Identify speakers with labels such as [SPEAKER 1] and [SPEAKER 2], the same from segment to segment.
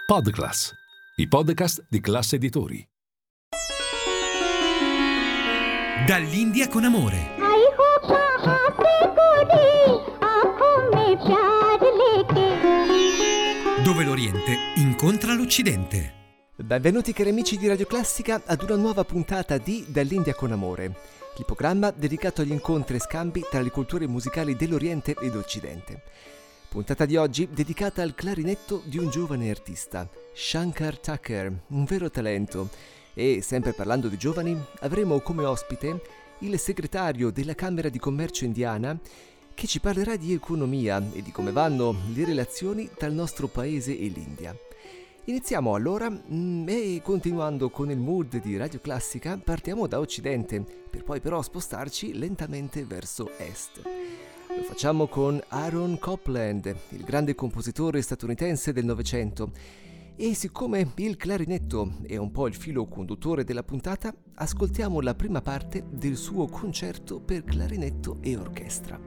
[SPEAKER 1] Podclass, i podcast di Class Editori.
[SPEAKER 2] Dall'India con amore. Dove l'Oriente incontra l'Occidente.
[SPEAKER 3] Benvenuti cari amici di Radio Classica ad una nuova puntata di Dall'India con amore, il programma dedicato agli incontri e scambi tra le culture musicali dell'Oriente e dell'Occidente. Puntata di oggi dedicata al clarinetto di un giovane artista, Shankar Thakur, un vero talento. E, sempre parlando di giovani, avremo come ospite il segretario della Camera di Commercio indiana che ci parlerà di economia e di come vanno le relazioni tra il nostro paese e l'India. Iniziamo allora e continuando con il mood di Radio Classica partiamo da Occidente per poi però spostarci lentamente verso Est. Lo facciamo con Aaron Copland, il grande compositore statunitense del Novecento. E siccome il clarinetto è un po' il filo conduttore della puntata, ascoltiamo la prima parte del suo concerto per clarinetto e orchestra.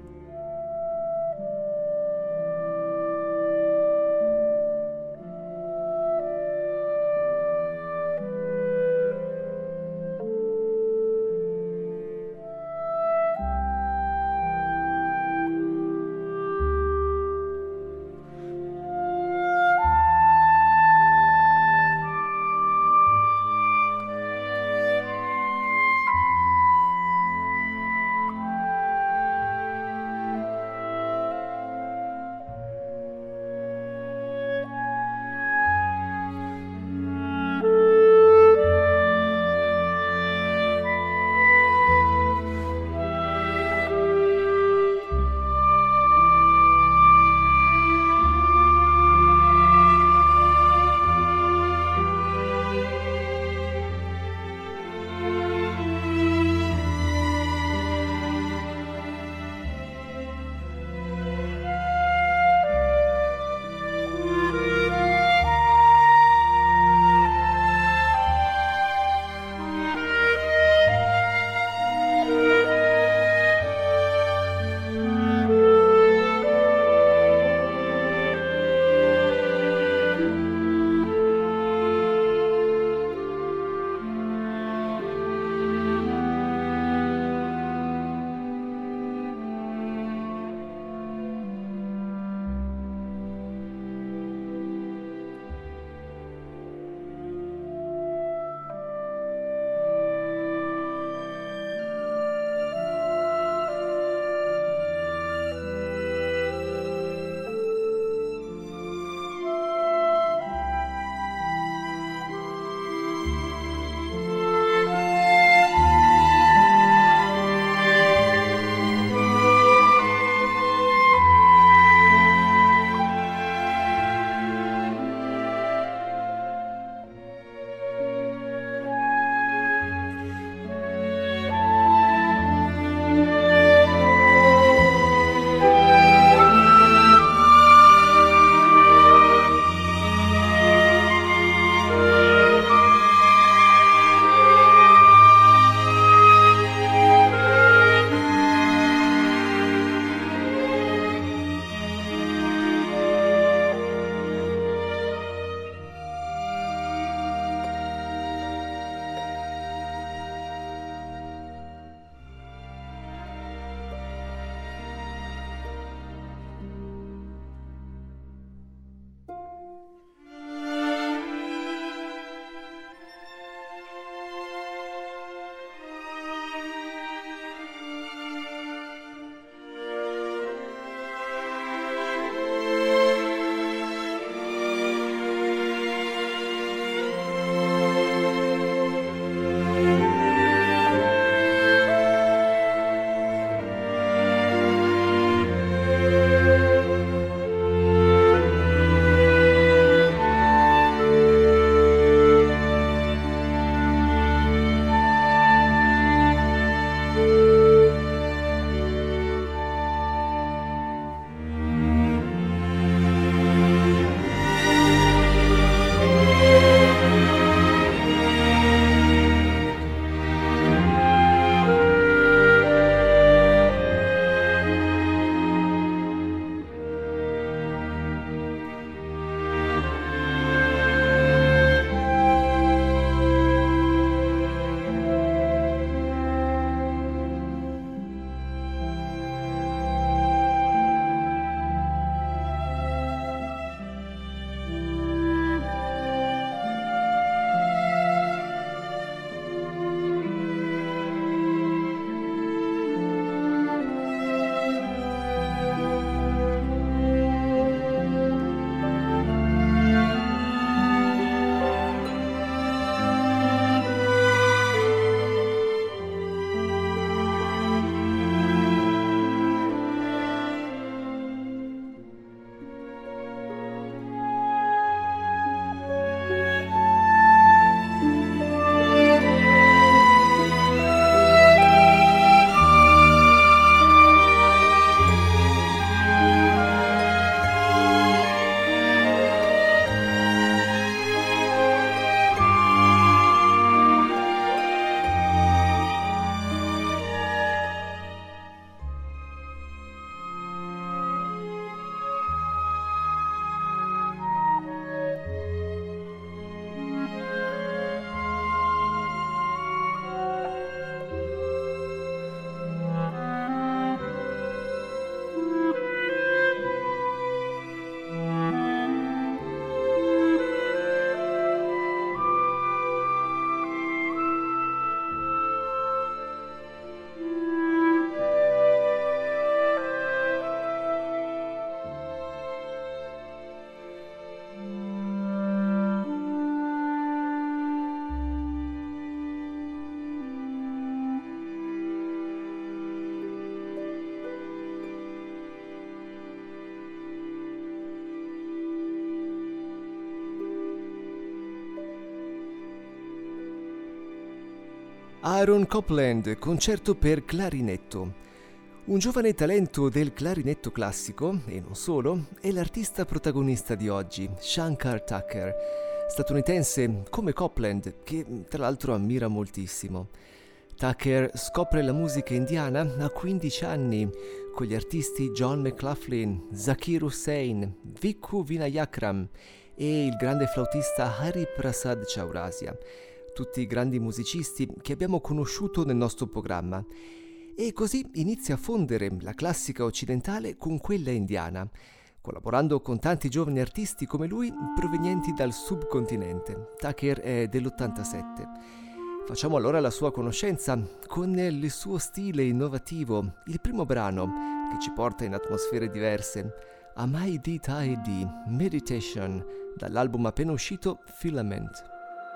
[SPEAKER 3] Aaron Copland, concerto per clarinetto. Un giovane talento del clarinetto classico, e non solo, è l'artista protagonista di oggi, Shankar Thakur, statunitense come Copland, che tra l'altro ammira moltissimo. Thakur scopre la musica indiana a 15 anni con gli artisti John McLaughlin, Zakir Hussain, Vikku Vinayakram e il grande flautista Hari Prasad Chaurasia, tutti grandi musicisti che abbiamo conosciuto nel nostro programma. E così inizia a fondere la classica occidentale con quella indiana, collaborando con tanti giovani artisti come lui provenienti dal subcontinente. Thakur è dell'87. Facciamo allora la sua conoscenza con il suo stile innovativo, il primo brano che ci porta in atmosfere diverse, Amai Di Thai Di Meditation, dall'album appena uscito Filament.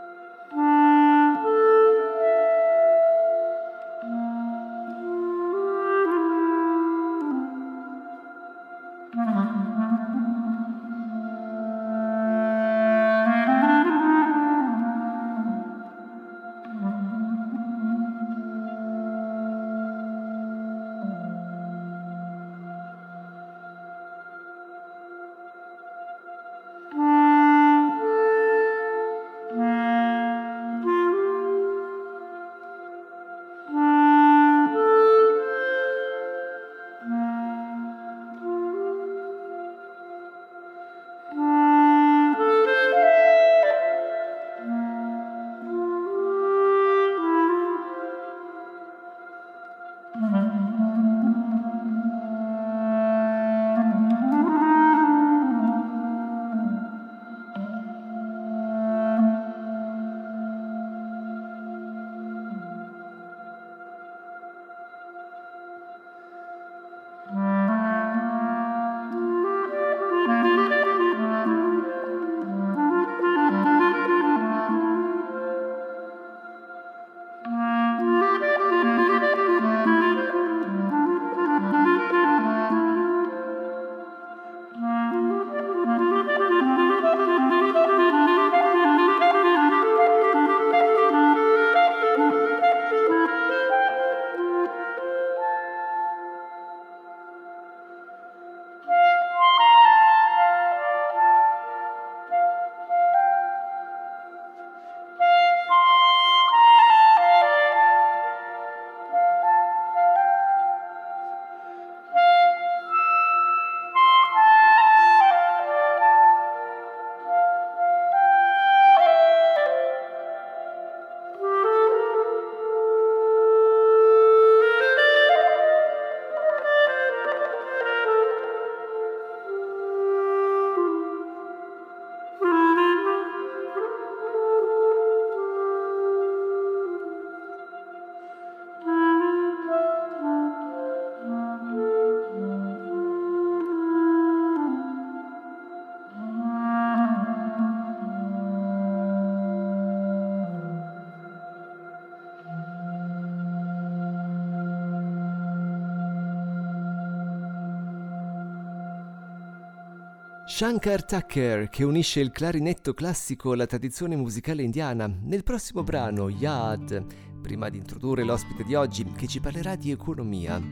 [SPEAKER 3] Shankar Thakur, che unisce il clarinetto classico alla tradizione musicale indiana, nel prossimo brano Yad, prima di introdurre l'ospite di oggi che ci parlerà di economia.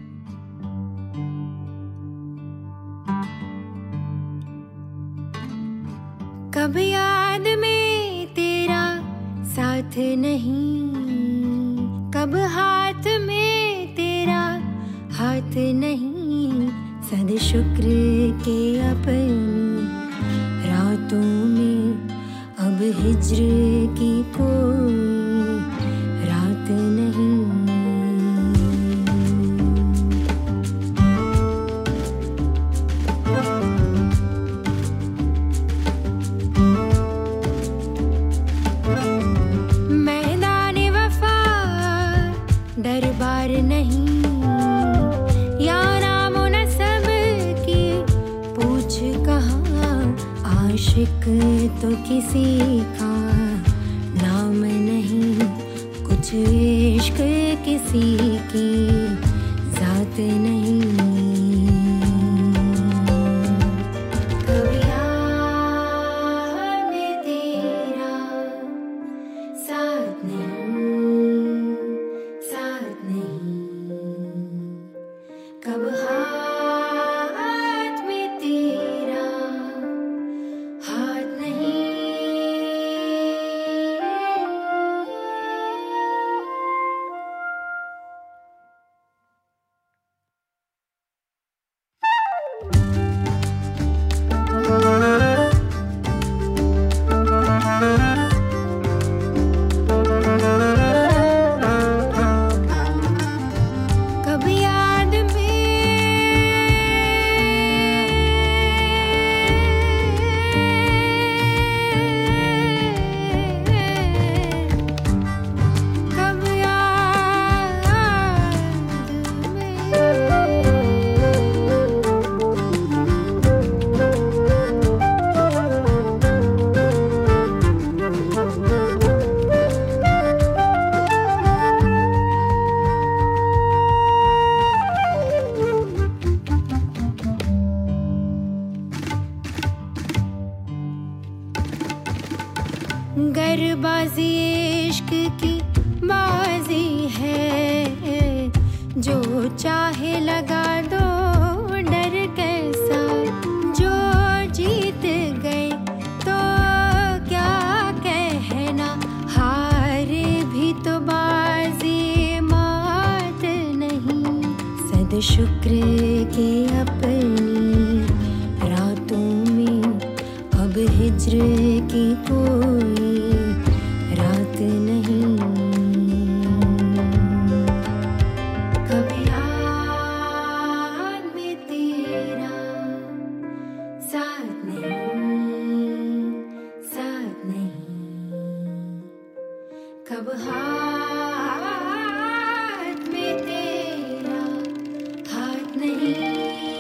[SPEAKER 4] कब याद में तेरा साथ नहीं, कब हाथ में तेरा हाथ नहीं, सद शुक्र के अपनी रातों में अब हिज्र की कोई रात नहीं। दरबार नहीं या नामो नसब की पूछ कहाँ, आशिक तो किसी का नाम नहीं, कुछ इश्क किसी की जात नहीं। गरबाजी इश्क की बाजी है, जो चाहे लगा दो डर कैसा, जो जीत गए तो क्या कहना, हार भी तो बाजी मात नहीं। सद शुक्र के अपनी रातों में अब हिज्र की कोई रात नहीं। कभी याद में तेरा साथ नहीं, साथ नहीं। कब हाथ में तेरा हाथ नहीं।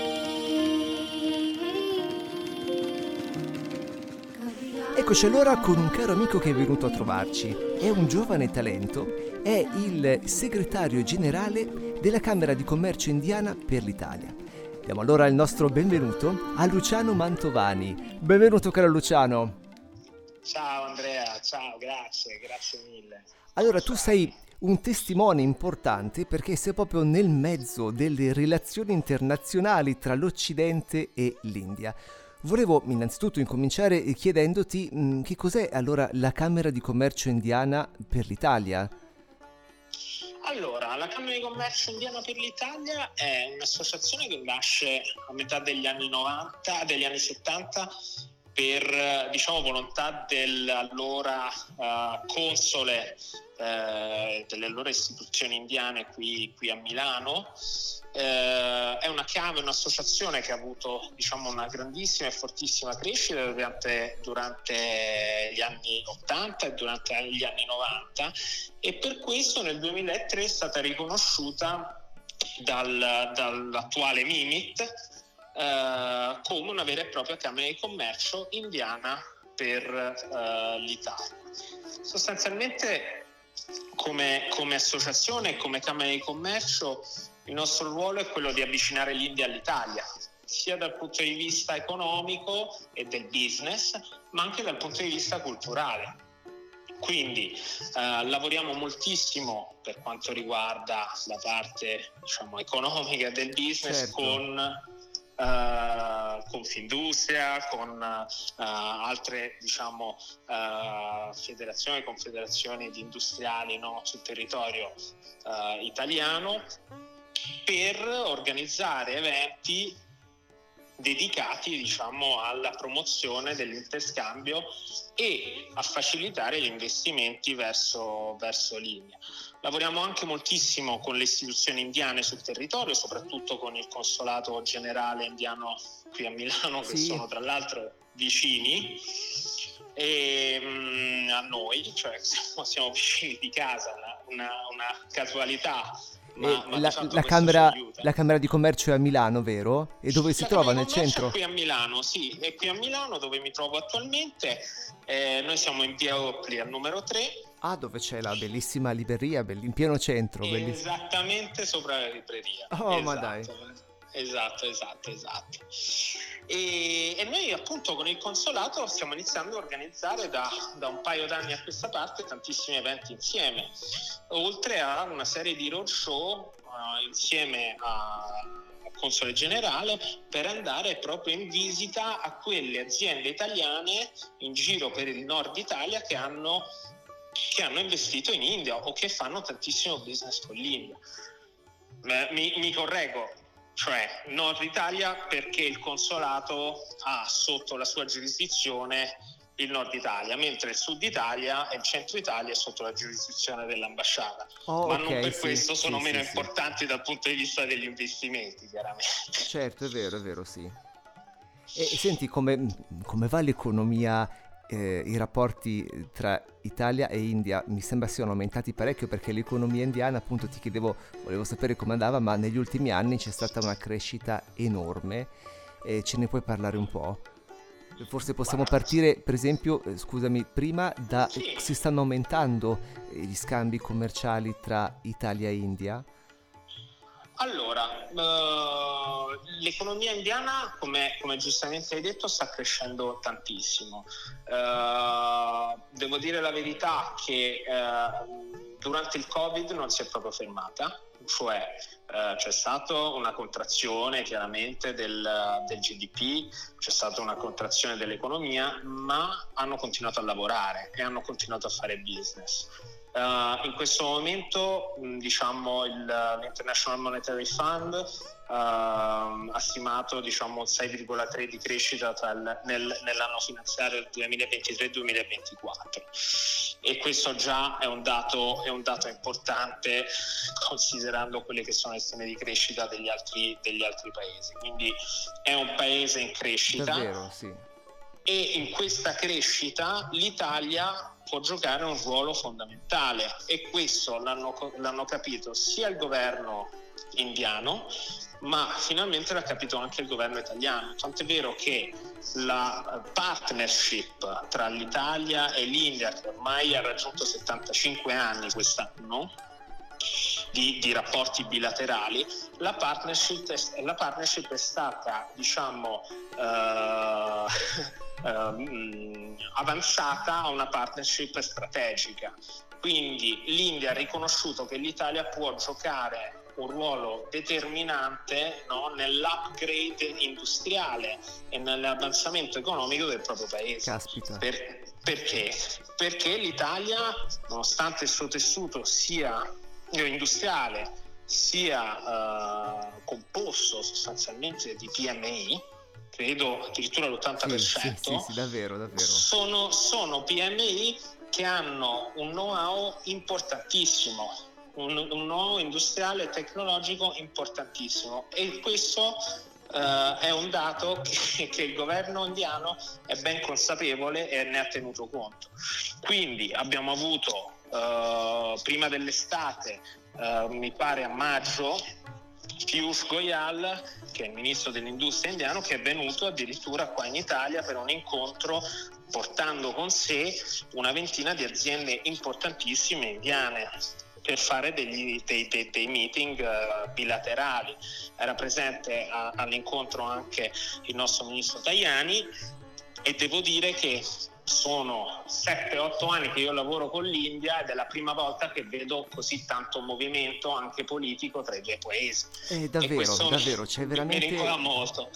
[SPEAKER 3] Eccoci allora con un caro amico che è venuto a trovarci. È un giovane talento, è il segretario generale della Camera di Commercio Indiana per l'Italia. Diamo allora il nostro benvenuto a Luciano Mantovani. Benvenuto caro Luciano.
[SPEAKER 5] Ciao Andrea, ciao, grazie mille.
[SPEAKER 3] Allora tu sei un testimone importante perché sei proprio nel mezzo delle relazioni internazionali tra l'Occidente e l'India. Volevo innanzitutto incominciare chiedendoti che cos'è allora la Camera di Commercio Indiana per l'Italia?
[SPEAKER 5] Allora, la Camera di Commercio Indiana per l'Italia è un'associazione che nasce a metà degli anni 90, degli anni 70, per volontà dell'allora console delle allora istituzioni indiane qui a Milano. È un'associazione che ha avuto una grandissima e fortissima crescita durante gli anni 80 e durante gli anni 90, e per questo nel 2003 è stata riconosciuta dall'attuale MIMIT come una vera e propria Camera di Commercio indiana per l'Italia. Sostanzialmente come associazione e come Camera di Commercio il nostro ruolo è quello di avvicinare l'India all'Italia, sia dal punto di vista economico e del business, ma anche dal punto di vista culturale. Quindi lavoriamo moltissimo per quanto riguarda la parte economica del business, certo, con Findustria, con altre federazioni e confederazioni di industriali sul territorio italiano, per organizzare eventi dedicati alla promozione dell'interscambio e a facilitare gli investimenti verso l'India. Lavoriamo anche moltissimo con le istituzioni indiane sul territorio, soprattutto con il consolato generale indiano qui a Milano, che sono tra l'altro vicini a noi, cioè siamo vicini di casa, una casualità.
[SPEAKER 3] La Camera di Commercio è a Milano, vero? E dove si trova? Nel centro?
[SPEAKER 5] È qui a Milano, sì, è qui a Milano dove mi trovo attualmente. Noi siamo in via Oakley al numero 3.
[SPEAKER 3] Ah, dove c'è la bellissima libreria, in pieno centro.
[SPEAKER 5] Esattamente sopra la libreria.
[SPEAKER 3] Oh, esatto. Ma dai.
[SPEAKER 5] Esatto. E noi appunto con il consolato stiamo iniziando a organizzare da un paio d'anni a questa parte tantissimi eventi insieme, oltre a una serie di roadshow insieme al console generale, per andare proprio in visita a quelle aziende italiane in giro per il nord Italia che hanno investito in India o che fanno tantissimo business con l'India. Mi correggo, cioè Nord Italia, perché il consolato ha sotto la sua giurisdizione il Nord Italia, mentre il Sud Italia e il Centro Italia è sotto la giurisdizione dell'ambasciata. Ma non per questo sono meno importanti dal punto di vista degli investimenti, chiaramente.
[SPEAKER 3] Certo, è vero, sì. E senti, come va l'economia? I rapporti tra Italia e India mi sembra siano aumentati parecchio, perché l'economia indiana, appunto volevo sapere come andava, ma negli ultimi anni c'è stata una crescita enorme. Ce ne puoi parlare un po'? Forse possiamo partire, per esempio, scusami, prima si stanno aumentando gli scambi commerciali tra Italia e India?
[SPEAKER 5] Allora, l'economia indiana, come giustamente hai detto, sta crescendo tantissimo. devo dire la verità che durante il Covid non si è proprio fermata, cioè c'è stata una contrazione chiaramente del GDP, c'è stata una contrazione dell'economia, ma hanno continuato a lavorare e hanno continuato a fare business. In questo momento diciamo l'International Monetary Fund ha stimato diciamo 6,3 di crescita nell'anno finanziario 2023-2024, e questo già è un dato importante considerando quelle che sono le stime di crescita degli altri paesi. Quindi è un paese in crescita.
[SPEAKER 3] Davvero, sì.
[SPEAKER 5] E in questa crescita l'Italia può giocare un ruolo fondamentale, e questo l'hanno capito sia il governo indiano, ma finalmente l'ha capito anche il governo italiano. Tant'è vero che la partnership tra l'Italia e l'India, che ormai ha raggiunto 75 anni quest'anno di rapporti bilaterali, la partnership è stata diciamo avanzata a una partnership strategica. Quindi l'India ha riconosciuto che l'Italia può giocare un ruolo determinante, no, nell'upgrade industriale e nell'avanzamento economico del proprio paese.
[SPEAKER 3] Caspita.
[SPEAKER 5] Perché? Perché l'Italia, nonostante il suo tessuto sia industriale sia composto sostanzialmente di PMI, credo addirittura l'80%,
[SPEAKER 3] sì, davvero.
[SPEAKER 5] Sono PMI che hanno un know-how importantissimo, un know-how industriale e tecnologico importantissimo, e questo è un dato che il governo indiano è ben consapevole e ne ha tenuto conto. Quindi abbiamo avuto prima dell'estate, mi pare a maggio, Piyush Goyal, che è il ministro dell'industria indiano, che è venuto addirittura qua in Italia per un incontro portando con sé una ventina di aziende importantissime indiane per fare dei meeting bilaterali. Era presente all'incontro anche il nostro ministro Tajani, e devo dire che sono 7-8 anni che io lavoro con l'India ed è la prima volta che vedo così tanto movimento anche politico tra i due paesi.
[SPEAKER 3] Davvero, c'è veramente...
[SPEAKER 5] Mi rincuora molto.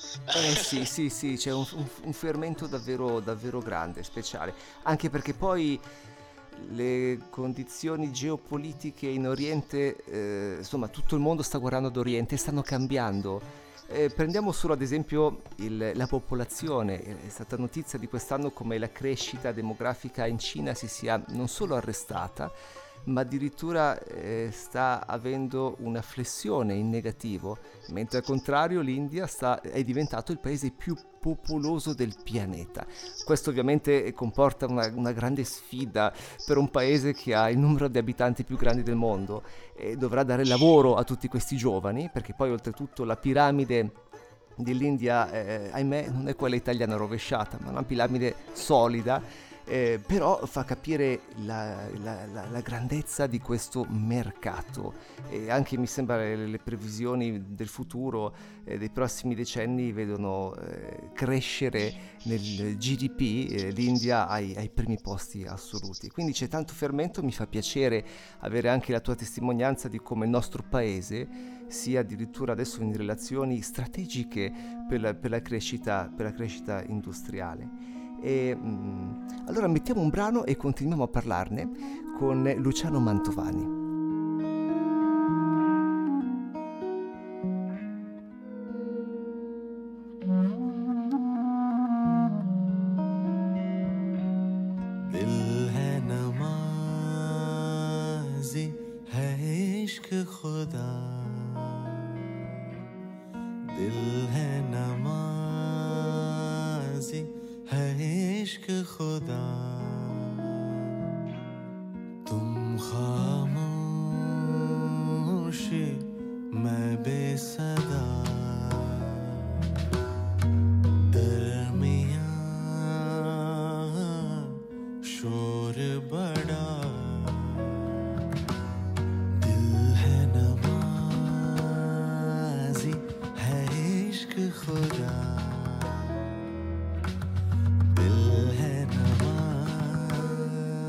[SPEAKER 3] Sì, c'è un fermento davvero grande, speciale, anche perché poi le condizioni geopolitiche in Oriente, insomma tutto il mondo sta guardando ad Oriente, stanno cambiando. Prendiamo solo ad esempio la popolazione. È stata notizia di quest'anno come la crescita demografica in Cina si sia non solo arrestata, ma addirittura sta avendo una flessione in negativo, mentre al contrario l'India è diventato il paese più popoloso del pianeta. Questo ovviamente comporta una grande sfida per un paese che ha il numero di abitanti più grandi del mondo e dovrà dare lavoro a tutti questi giovani, perché poi oltretutto la piramide dell'India, ahimè, non è quella italiana rovesciata, ma una piramide solida. Però fa capire la grandezza di questo mercato, e anche mi sembra le previsioni del futuro dei prossimi decenni vedono crescere nel GDP l'India ai primi posti assoluti. Quindi c'è tanto fermento. Mi fa piacere avere anche la tua testimonianza di come il nostro paese sia addirittura adesso in relazioni strategiche per la crescita industriale. E allora mettiamo un brano e continuiamo a parlarne con Luciano Mantovani.
[SPEAKER 6] दिल है नमाज़ी है इश्क खुदा, दिल है नमाज़ी है इश्क खुदा, तुम खामोशी मैं बेसदा, दरमियाँ शोर बड़ा, दिल है नमाज़ी है इश्क खुदा, दिल है नमाज़ी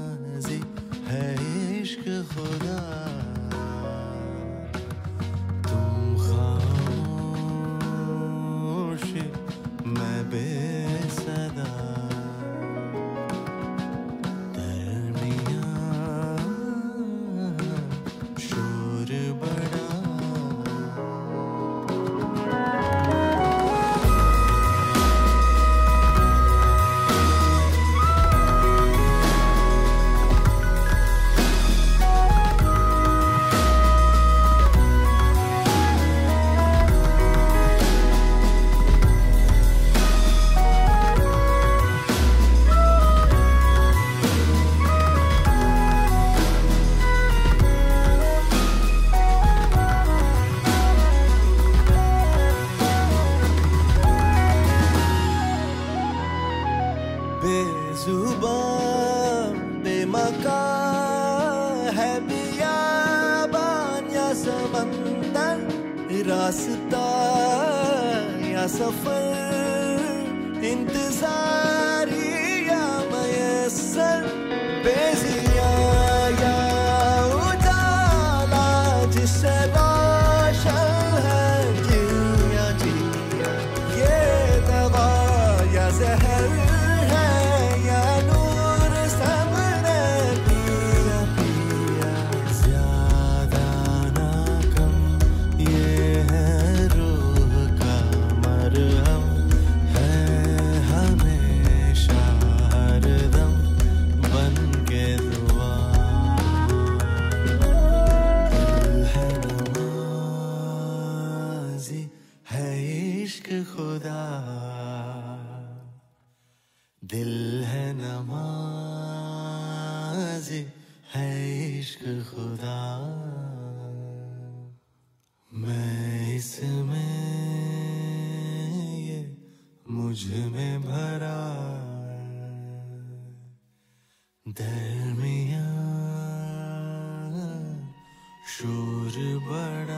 [SPEAKER 6] वास्ता या सफर इंतजारी या मयसर बेजिया या उजाला जिससे रोशन है जिया जिया ये दवा या जहर है या नूर सबने पिया पिया ज्यादा ना कम ये है रूह का मरहम है हमेशा हरदम बन के दुआ दिल है नमाज़ी है इश्क खुदा दिल है नमाज़ी है इश्क खुदा मैं इसमें ये मुझ में भरा दरमियाँ शोर बड़ा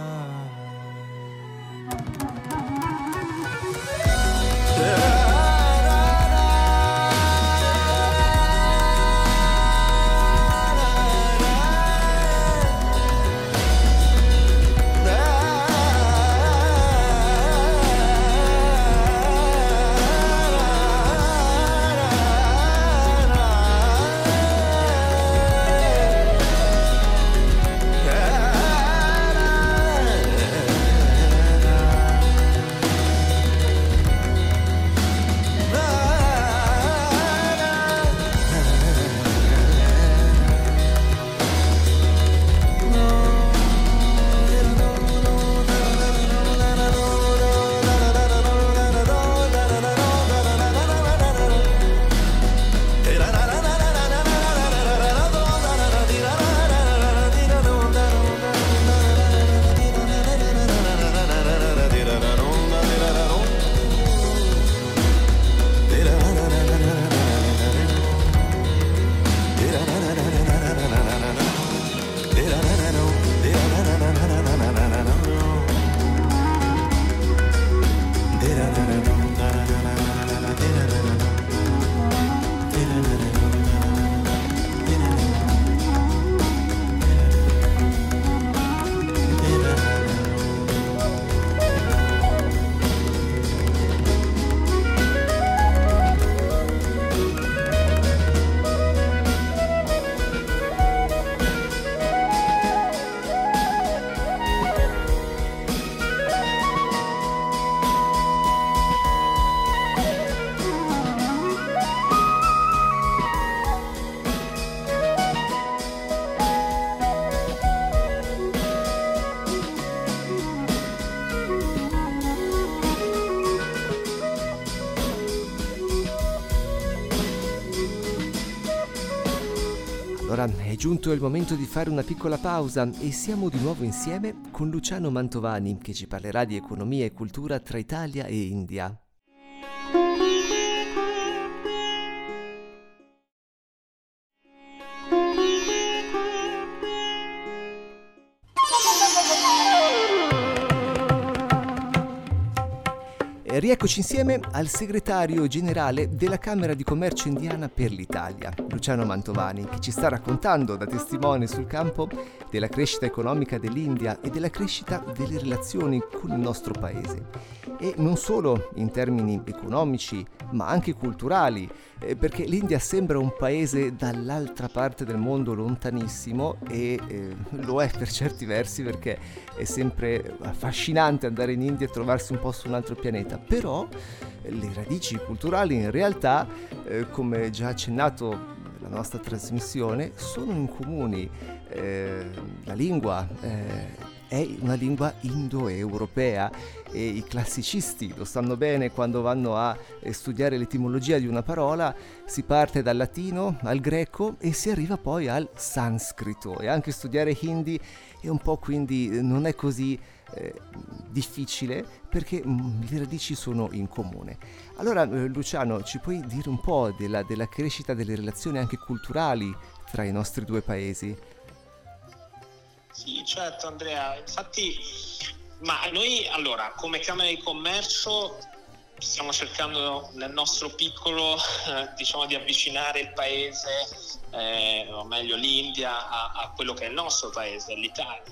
[SPEAKER 3] Allora è giunto il momento di fare una piccola pausa e siamo di nuovo insieme con Luciano Mantovani che ci parlerà di economia e cultura tra Italia e India. Rieccoci insieme al segretario generale della Camera di Commercio Indiana per l'Italia, Luciano Mantovani, che ci sta raccontando da testimone sul campo della crescita economica dell'India e della crescita delle relazioni con il nostro paese. E non solo in termini economici, ma anche culturali, perché l'India sembra un paese dall'altra parte del mondo lontanissimo e lo è per certi versi, perché è sempre affascinante andare in India e trovarsi un po' su un altro pianeta, però le radici culturali in realtà, come già accennato nella nostra trasmissione, sono in comuni. La lingua è una lingua indoeuropea e i classicisti lo sanno bene quando vanno a studiare l'etimologia di una parola. Si parte dal latino al greco e si arriva poi al sanscrito, e anche studiare hindi è un po', quindi non è così difficile, perché le radici sono in comune. Allora Luciano, ci puoi dire un po' della crescita delle relazioni anche culturali tra i nostri due paesi?
[SPEAKER 5] Sì, certo Andrea, infatti Ma noi, allora, come Camera di Commercio stiamo cercando nel nostro piccolo diciamo di avvicinare il paese, o meglio l'India, a quello che è il nostro paese, l'Italia.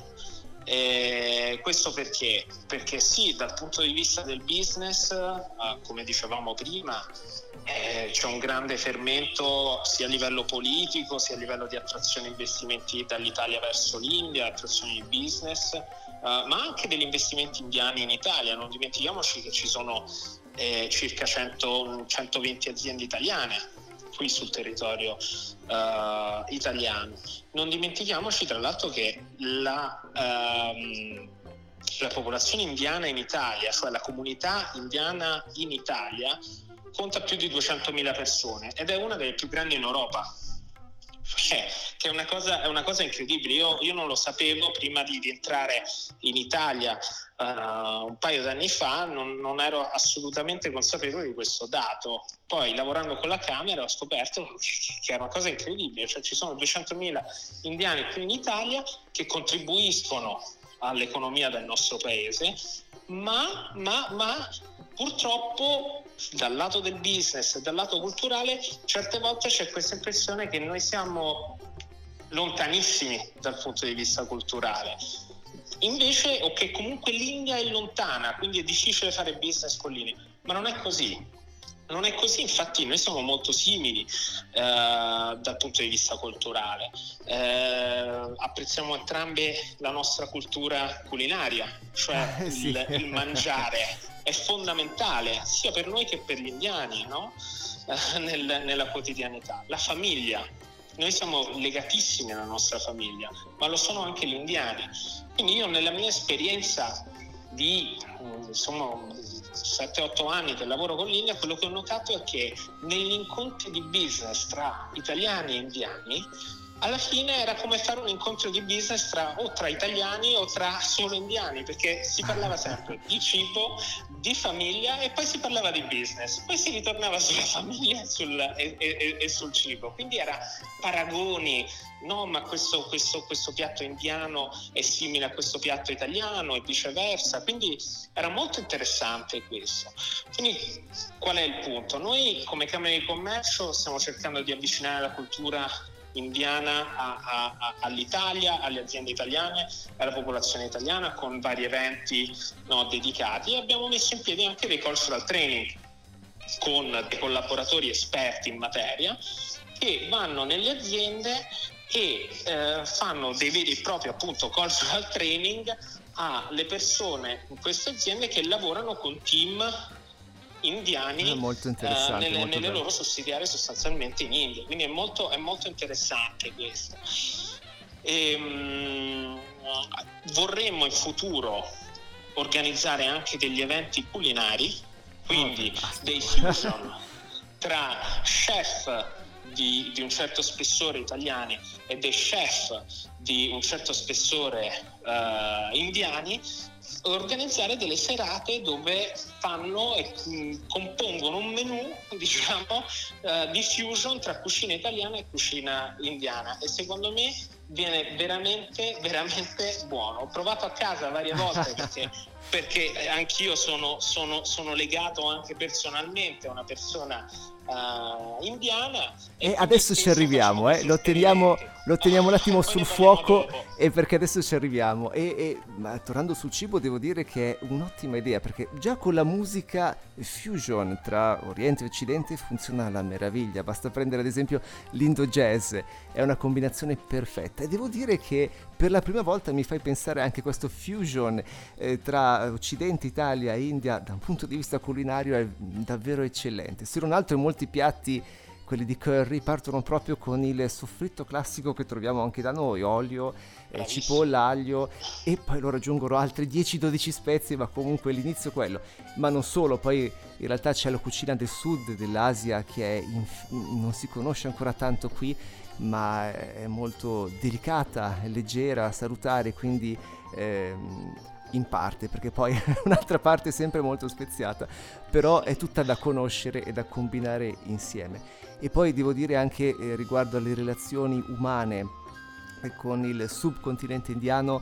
[SPEAKER 5] Questo perché? Perché sì, dal punto di vista del business, come dicevamo prima, c'è un grande fermento sia a livello politico, sia a livello di attrazione investimenti dall'Italia verso l'India, attrazione di business, ma anche degli investimenti indiani in Italia. Non dimentichiamoci che ci sono circa 120 aziende italiane qui sul territorio italiano. Non dimentichiamoci tra l'altro che la popolazione indiana in Italia, cioè la comunità indiana in Italia, conta più di 200.000 persone ed è una delle più grandi in Europa. Che è una cosa incredibile. Io non lo sapevo prima di entrare in Italia un paio d'anni fa, non ero assolutamente consapevole di questo dato. Poi lavorando con la Camera ho scoperto che è una cosa incredibile, cioè ci sono 200.000 indiani qui in Italia che contribuiscono all'economia del nostro paese, ma purtroppo dal lato del business e dal lato culturale certe volte c'è questa impressione che noi siamo lontanissimi dal punto di vista culturale, invece, o che comunque l'India è lontana, quindi è difficile fare business con l'India, ma non è così. Non è così, infatti noi siamo molto simili dal punto di vista culturale, apprezziamo entrambe la nostra cultura culinaria, cioè
[SPEAKER 3] Sì.
[SPEAKER 5] il mangiare è fondamentale sia per noi che per gli indiani, no? Nella quotidianità. La famiglia, noi siamo legatissimi alla nostra famiglia, ma lo sono anche gli indiani. Quindi io nella mia esperienza di 7-8 anni che lavoro con l'India, quello che ho notato è che negli incontri di business tra italiani e indiani, alla fine era come fare un incontro di business tra italiani o tra solo indiani, perché si parlava sempre di cibo, di famiglia e poi si parlava di business, poi si ritornava sulla famiglia e sul cibo, quindi era paragoni, no, ma questo piatto indiano è simile a questo piatto italiano e viceversa, quindi era molto interessante questo. Quindi qual è il punto? Noi come Camera di Commercio stiamo cercando di avvicinare la cultura indiana all'Italia, alle aziende italiane, alla popolazione italiana con vari eventi, no, dedicati, e abbiamo messo in piedi anche dei cultural training con dei collaboratori esperti in materia che vanno nelle aziende e fanno dei veri e propri appunto cultural training alle persone in queste aziende che lavorano con team indiani
[SPEAKER 3] molto interessante,
[SPEAKER 5] nelle loro sussidiarie sostanzialmente in India, quindi è molto interessante questo. Vorremmo in futuro organizzare anche degli eventi culinari, quindi dei fusion tra chef di un certo spessore italiani e dei chef di un certo spessore indiani, organizzare delle serate dove fanno e compongono un menù, diciamo, di fusion tra cucina italiana e cucina indiana, e secondo me viene veramente buono. Ho provato a casa varie volte perché anch'io sono legato anche personalmente a una persona indiana,
[SPEAKER 3] e adesso ci arriviamo, lo teniamo un attimo sul fuoco, e perché adesso ci arriviamo. Ma tornando sul cibo, devo dire che è un'ottima idea, perché già con la musica fusion tra Oriente e Occidente funziona alla meraviglia. Basta prendere ad esempio l'Indo Jazz, è una combinazione perfetta, e devo dire che per la prima volta mi fai pensare anche questo fusion tra Occidente, Italia e India da un punto di vista culinario è davvero eccellente. Se non altro molti piatti, quelli di curry, partono proprio con il soffritto classico che troviamo anche da noi, olio, cipolla, aglio, e poi lo raggiungono altre 10-12 spezie, ma comunque l'inizio è quello. Ma non solo, poi in realtà c'è la cucina del sud dell'Asia che non si conosce ancora tanto qui, ma è molto delicata, leggera, salutare, quindi in parte, perché poi un'altra parte è sempre molto speziata, però è tutta da conoscere e da combinare insieme. E poi devo dire anche riguardo alle relazioni umane con il subcontinente indiano,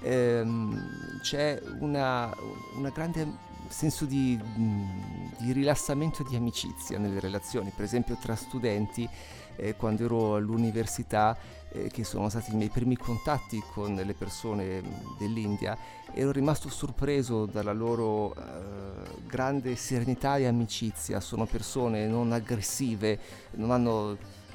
[SPEAKER 3] c'è una grande senso di rilassamento e di amicizia nelle relazioni, per esempio tra studenti. Quando ero all'università, che sono stati i miei primi contatti con le persone dell'India, ero rimasto sorpreso dalla loro grande serenità e amicizia. Sono persone non aggressive, non hanno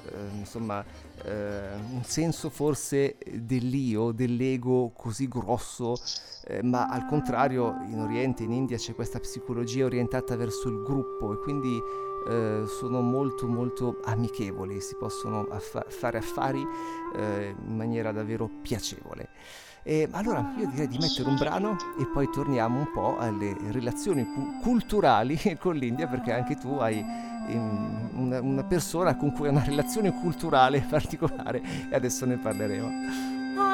[SPEAKER 3] un senso forse dell'io, dell'ego così grosso, ma al contrario in Oriente, in India, c'è questa psicologia orientata verso il gruppo, e quindi sono molto molto amichevoli, si possono fare affari in maniera davvero piacevole. Allora io direi di mettere un brano e poi torniamo un po' alle relazioni culturali con l'India, perché anche tu hai una persona con cui hai una relazione culturale particolare, e adesso ne parleremo.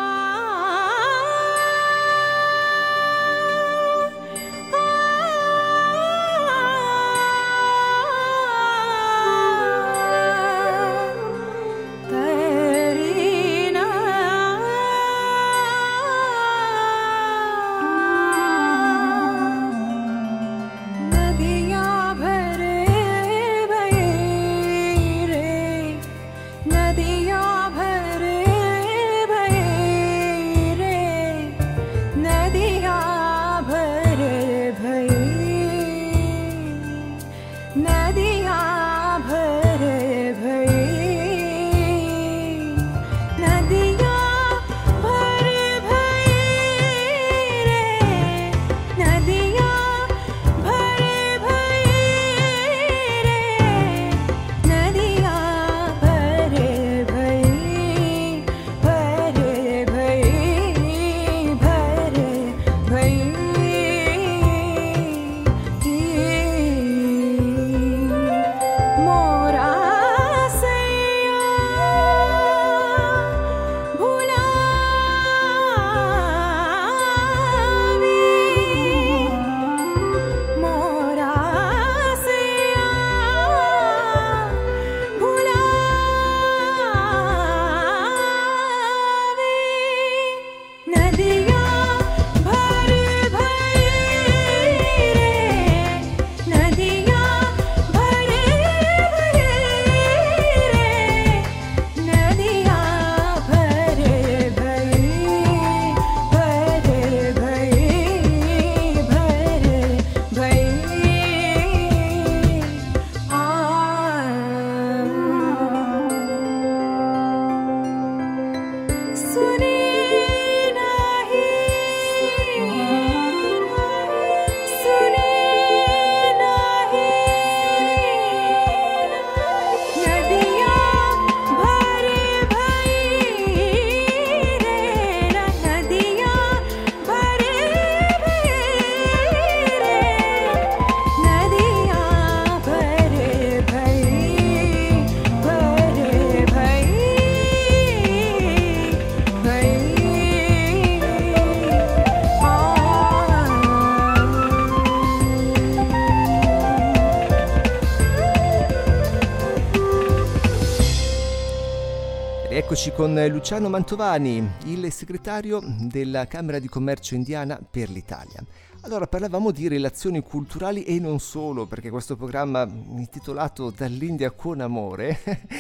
[SPEAKER 3] Eccoci con Luciano Mantovani, il segretario della Camera di Commercio Indiana per l'Italia. Allora, parlavamo di relazioni culturali e non solo, perché questo programma intitolato Dall'India con amore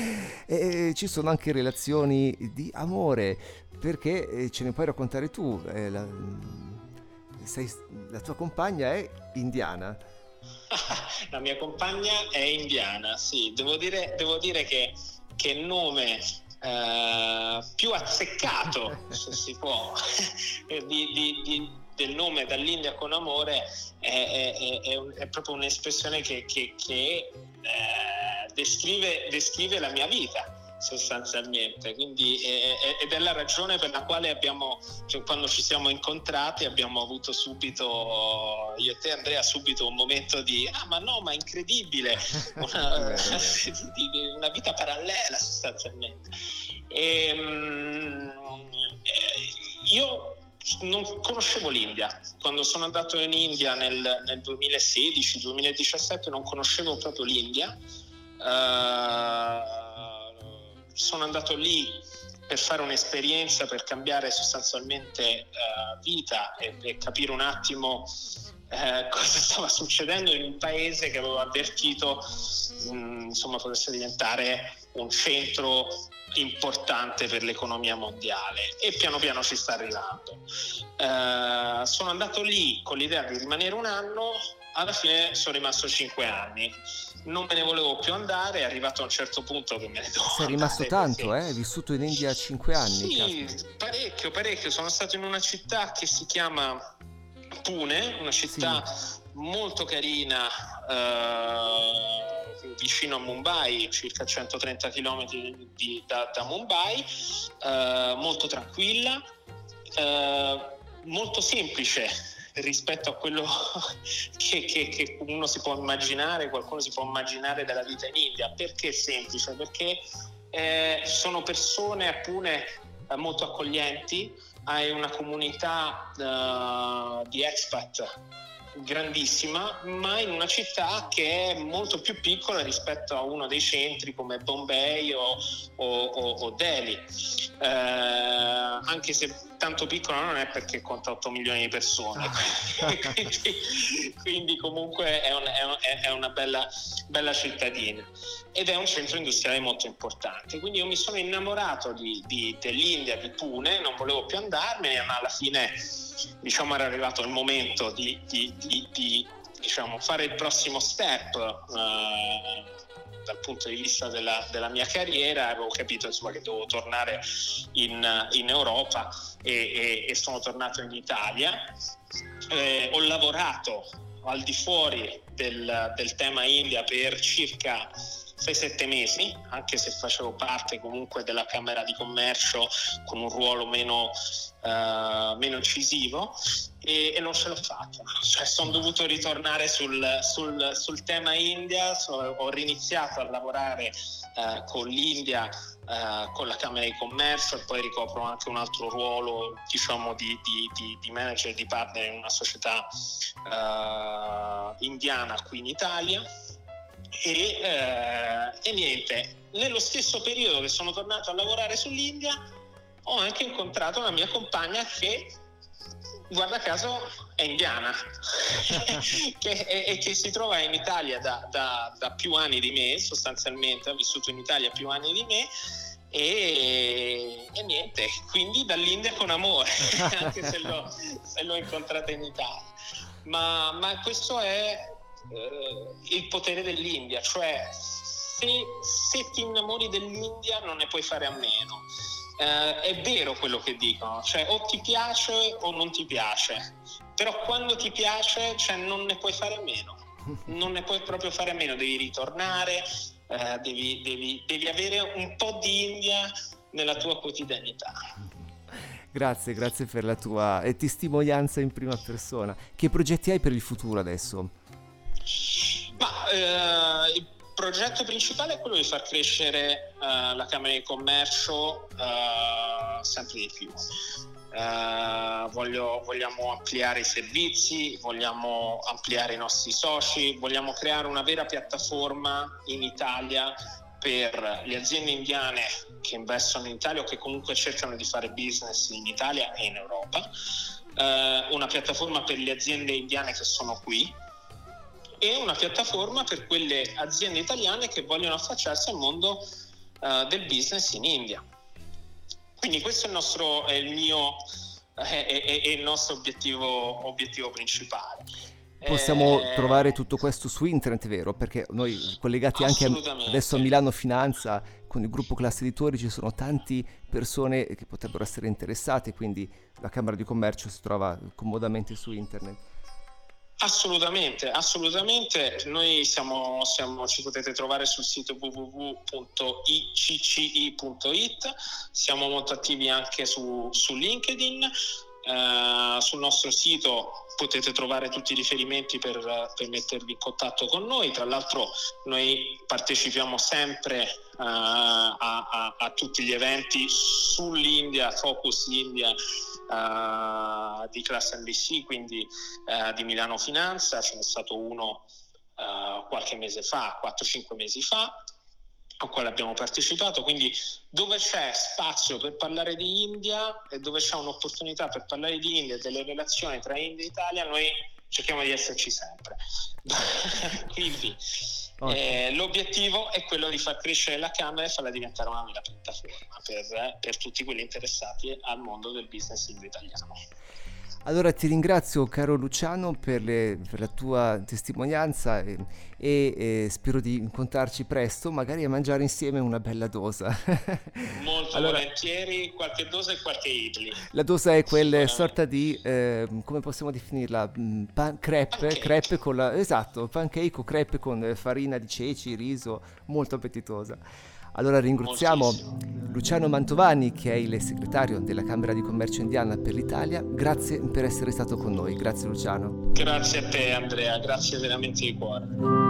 [SPEAKER 3] ci sono anche relazioni di amore, perché ce ne puoi raccontare tu, la tua compagna è indiana.
[SPEAKER 5] La mia compagna è indiana, sì, devo dire che nome più azzeccato, se si può, del nome Dall'India con amore è proprio un'espressione che descrive la mia vita sostanzialmente, quindi ed è la ragione per la quale quando ci siamo incontrati abbiamo avuto subito, io e te Andrea, subito un momento di ma incredibile, una vita parallela sostanzialmente. Io non conoscevo l'India. Quando sono andato in India nel 2016-2017 non conoscevo proprio l'India. Sono andato lì per fare un'esperienza, per cambiare sostanzialmente vita e capire un attimo cosa stava succedendo in un paese che avevo avvertito insomma potesse diventare un centro importante per l'economia mondiale, e piano piano ci sta arrivando. Sono andato lì con l'idea di rimanere un anno, alla fine sono rimasto 5 anni. Non me ne volevo più andare, è arrivato a un certo punto che me ne dovevo andare.
[SPEAKER 3] Sei rimasto tanto,
[SPEAKER 5] perché...
[SPEAKER 3] Hai vissuto in India 5 anni.
[SPEAKER 5] Sì, parecchio. Sono stato in una città che si chiama Pune, una città molto carina, vicino a Mumbai, circa 130 km da Mumbai, molto tranquilla, molto semplice rispetto a quello che uno si può immaginare, qualcuno si può immaginare della vita in India. Perché è semplice? Perché sono persone a Pune molto accoglienti, hai una comunità di expat grandissima, ma in una città che è molto più piccola rispetto a uno dei centri come Bombay o Delhi, anche se tanto piccola non è, perché conta 8 milioni di persone. quindi comunque è una bella cittadina, ed è un centro industriale molto importante. Quindi io mi sono innamorato dell'India, di Pune, non volevo più andarmene, ma alla fine diciamo era arrivato il momento di diciamo fare il prossimo step dal punto di vista della mia carriera. Avevo capito insomma che dovevo tornare in Europa, e sono tornato in Italia. Ho lavorato al di fuori del tema India per circa 6-7 mesi, anche se facevo parte comunque della Camera di Commercio con un ruolo meno incisivo, e non ce l'ho fatta. Cioè, sono dovuto ritornare sul tema India. Ho riniziato a lavorare con l'India, con la Camera di Commercio, e poi ricopro anche un altro ruolo, diciamo, di manager di partner in una società indiana qui in Italia. E niente, nello stesso periodo che sono tornato a lavorare sull'India ho anche incontrato la mia compagna, che guarda caso è indiana e che si trova in Italia da più anni di me, sostanzialmente ha vissuto in Italia più anni di me, e niente, quindi dall'India con amore anche se l'ho incontrata in Italia. Ma questo è il potere dell'India, cioè se ti innamori dell'India non ne puoi fare a meno. È vero quello che dicono, cioè o ti piace o non ti piace, però quando ti piace, cioè, non ne puoi fare a meno, non ne puoi proprio fare a meno, devi ritornare, devi avere un po' di India nella tua quotidianità.
[SPEAKER 3] Grazie per la tua testimonianza in prima persona. Che progetti hai per il futuro adesso?
[SPEAKER 5] Il progetto principale è quello di far crescere la Camera di Commercio sempre di più. Vogliamo ampliare i servizi, vogliamo ampliare i nostri soci, vogliamo creare una vera piattaforma in Italia per le aziende indiane che investono in Italia o che comunque cercano di fare business in Italia e in Europa, una piattaforma per le aziende indiane che sono qui, e una piattaforma per quelle aziende italiane che vogliono affacciarsi al mondo del business in India. Quindi questo è il nostro obiettivo principale.
[SPEAKER 3] Possiamo trovare tutto questo su internet, vero? Perché noi collegati anche adesso a Milano Finanza, con il gruppo Classe Editori, ci sono tante persone che potrebbero essere interessate, quindi la Camera di Commercio si trova comodamente su internet.
[SPEAKER 5] Assolutamente. Noi ci potete trovare sul sito www.icci.it. Siamo molto attivi anche su LinkedIn. Sul nostro sito potete trovare tutti i riferimenti per mettervi in contatto con noi. Tra l'altro noi partecipiamo sempre a tutti gli eventi sull'India, Focus India, di Classe NBC, quindi di Milano Finanza. Ce n'è stato uno qualche mese fa, 4-5 mesi fa. al quale abbiamo partecipato, quindi dove c'è spazio per parlare di India e dove c'è un'opportunità per parlare di India e delle relazioni tra India e Italia, noi cerchiamo di esserci sempre. Quindi l'obiettivo è quello di far crescere la Camera e farla diventare una vera piattaforma per tutti quelli interessati al mondo del business indo-italiano.
[SPEAKER 3] Allora ti ringrazio caro Luciano per la tua testimonianza e spero di incontrarci presto, magari a mangiare insieme una bella dosa.
[SPEAKER 5] Molto volentieri, qualche dosa e qualche idli.
[SPEAKER 3] La dosa è quella sorta di, come possiamo definirla, crepe con esatto, pancake o crepe con farina di ceci, riso, molto appetitosa. Allora ringraziamo Luciano Mantovani, che è il segretario della Camera di Commercio Indiana per l'Italia. Grazie per essere stato con noi. Grazie Luciano.
[SPEAKER 5] Grazie a te Andrea, grazie veramente di cuore.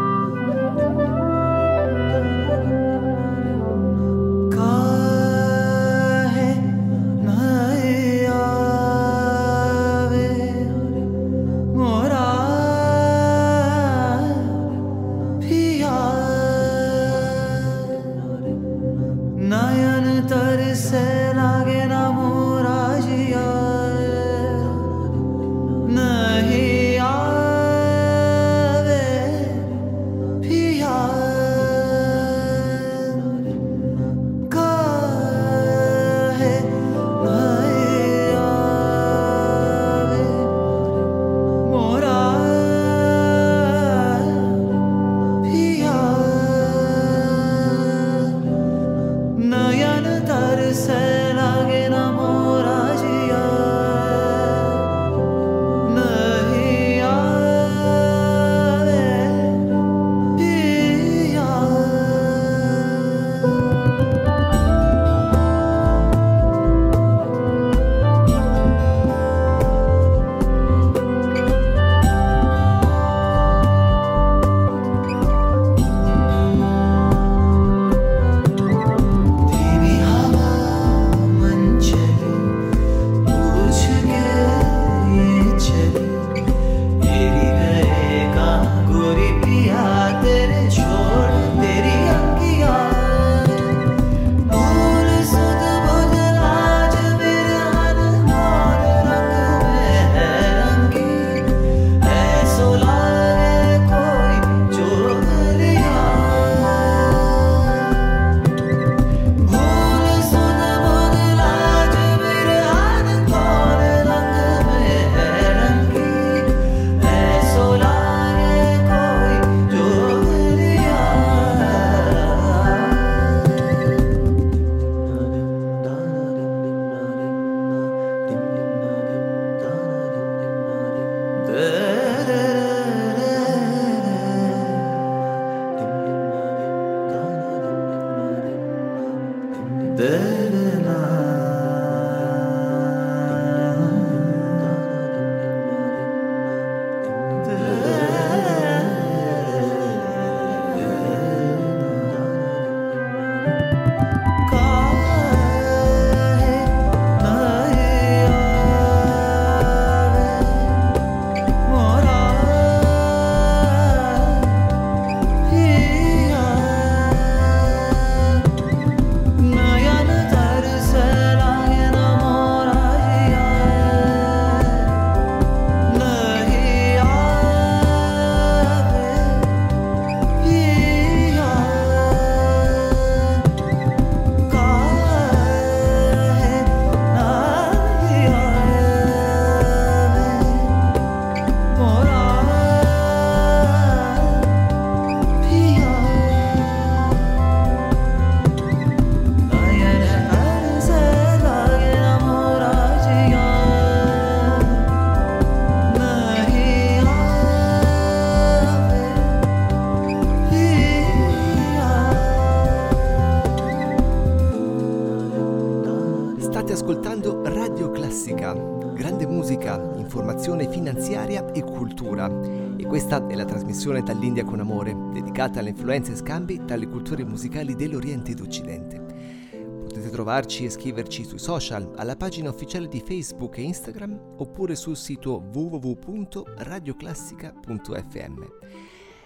[SPEAKER 3] ascoltando Radio Classica, grande musica, informazione finanziaria e cultura. E questa è la trasmissione Dall'India con Amore, dedicata alle influenze e scambi tra le culture musicali dell'Oriente ed Occidente. Potete trovarci e scriverci sui social, alla pagina ufficiale di Facebook e Instagram, oppure sul sito www.radioclassica.fm.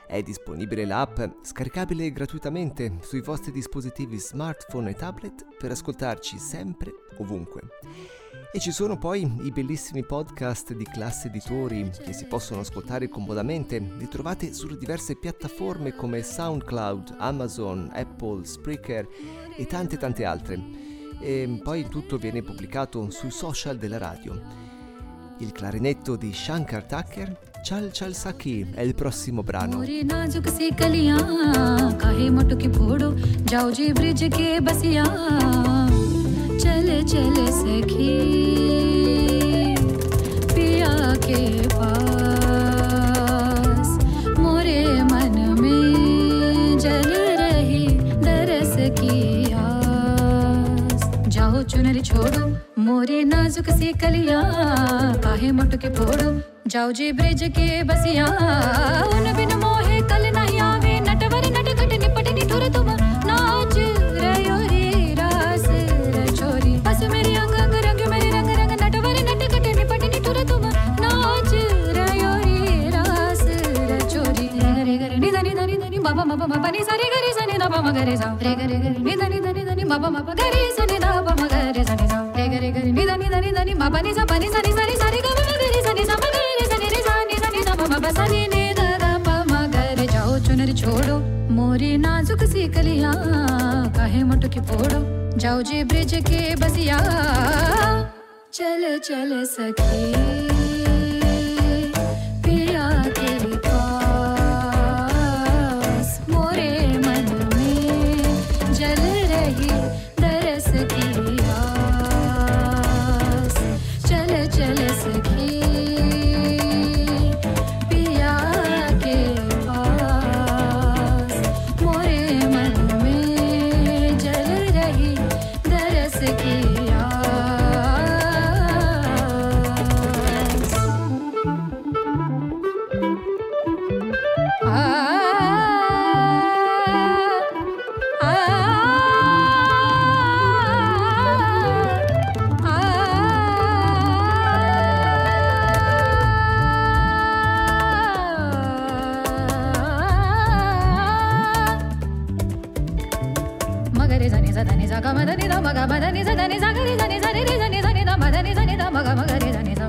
[SPEAKER 3] È disponibile l'app, scaricabile gratuitamente sui vostri dispositivi smartphone e tablet per ascoltarci sempre, ovunque. E ci sono poi i bellissimi podcast di Classe Editori che si possono ascoltare comodamente. Li trovate su diverse piattaforme come SoundCloud, Amazon, Apple, Spreaker e tante altre. E poi tutto viene pubblicato sui social della radio. Il clarinetto di Shankar Thakur, Chal Chal Sakhi, è il prossimo brano.
[SPEAKER 7] चले चले सखी पिया के पास मोरे मन में जल रही दरस की आस जाओ चुनरी छोड़ो मोरे नाजुक सी कलियां काहे मुटके फोड़ो जाओ जी ब्रिज के बसिया उन बिन मोहे कल नहीं आवे नटवर नटखट निपट निठुर तुम नाच रयो रे रास रचोरी बस मेरी अंग अंग रंग मेरे रंग रंग नटवर नटखट निपट निठुर तुम नाच रयो रे रास रचोरी रे रे रे नि धनि धनि धनि बाबा बाबा बाबा नि सारे गरे सने दा बाबा गरे सा रे रे रे नि धनि धनि धनि बाबा बाबा गरे सने दा बाबा गरे सने सा रे रे रे नि धनि धनि धनि बाबा नि सा पानी सने सारे सारे गा बाबा गरे सने सा गरे सने रे सने सने दा बाबा सने ने दा गा बाबा गरे जाओ चुनर छोड़ो मोरी नाजुक सी कलियां काहे मुटकी फोड़ो जाओ जी ब्रिज के बसिया चल चल सखी पिया के पास मोरे मन में जल रही दरस की आस चल चल सखी पिया के पास मोरे मन में जल रही दरस की मगरे जने जने जा गम धनि दा मग मधनि जने जा गरे जने जने रे जने जने दा मधनि जने दा मग मगरे जने जा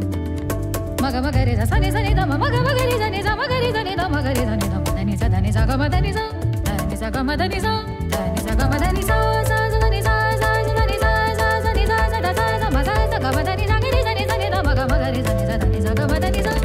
[SPEAKER 7] मग मगरे जा सने सने दा मग मगरे जने जा मगरे जने दा मगरे जने दा मधनि जा गम धनि जा गम धनि जा गम धनि सा सा जने जा जा जने जा जा जने जा जा दा जा मग जा गम धनि जा गरे जने जने दा मग मगरे जने जा गम धनि जा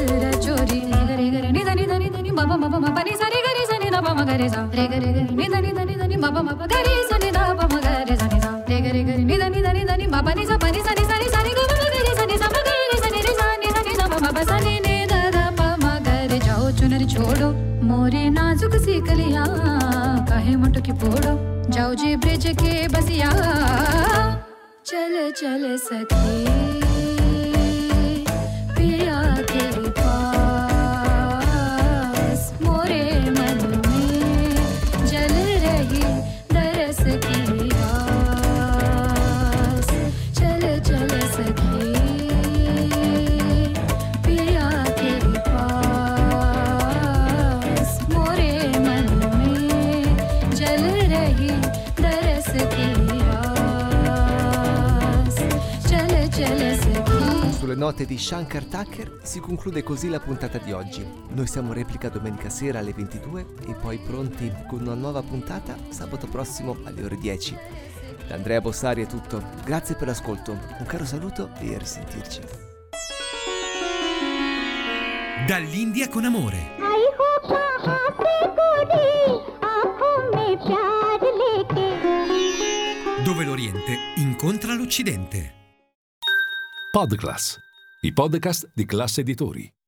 [SPEAKER 7] Ni ma pa ma pa ga re sa ni da pa ma ga re sa ni sa re ga ni da ni ma pa ni sa ni sa ni sa re ga ma ga re sa ni sa ma ga re sa ni sa ma pa sa ni da pa ma ga re जाओ चुनरी छोड़ो मोरे नाजुक सी कलियां काहे मुट की फोड़ो जाओ जी ब्रिज के बसिया चल चल सखी पिया के पास मोरे मन में जल रही दरस की आस चल चल सखी पिया के पास मोरे मन में जल रही दरस की आस चल चल सखी.
[SPEAKER 3] Sulle note di Shankar Thakur si conclude così la puntata di oggi. Noi siamo in replica domenica sera alle 22 e poi pronti con una nuova puntata sabato prossimo alle ore 10. Da Andrea Bossari è tutto. Grazie per l'ascolto, un caro saluto e a risentirci.
[SPEAKER 2] Dall'India con amore.
[SPEAKER 8] आई हो कहाँ से गोरी आँखों में प्यार लेके
[SPEAKER 2] Dove l'Oriente incontra l'Occidente.
[SPEAKER 1] Podclass, i podcast di Classe Editori.